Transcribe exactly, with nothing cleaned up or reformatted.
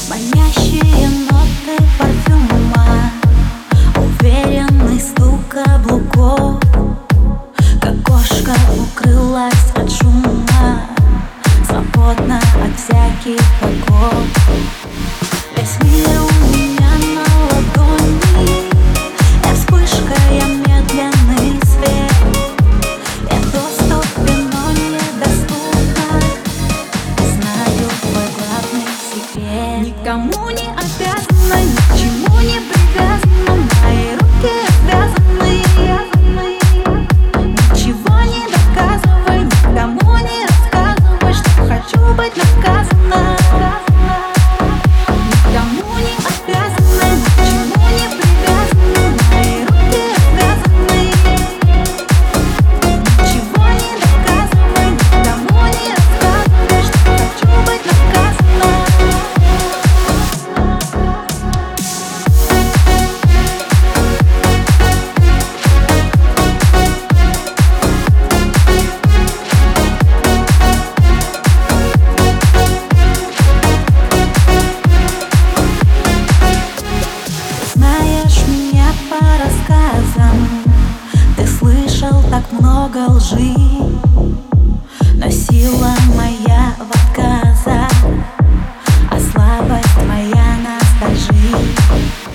Манящие ноты парфюма, уверенный стук каблуков, как кошка укрылась от шума, свободна от всяких оков. Весь мир у меня на ладони, я вспышка, я медленный свет. Я в доступе, но недоступна, знаю твой главный секрет. Никому не обязана, ни к чему не привязана, мои руки обвязаны. Ничего не доказывай, никому не рассказывай, что хочу быть наказана. Никому не обязана, ни к чему не привязана, мои руки обвязаны. Ничего не доказывай, никому не рассказывай, что хочу быть наказана. Знаешь меня по рассказам, ты слышал так много лжи, но сила моя в отказах, а слабость моя ностальжи.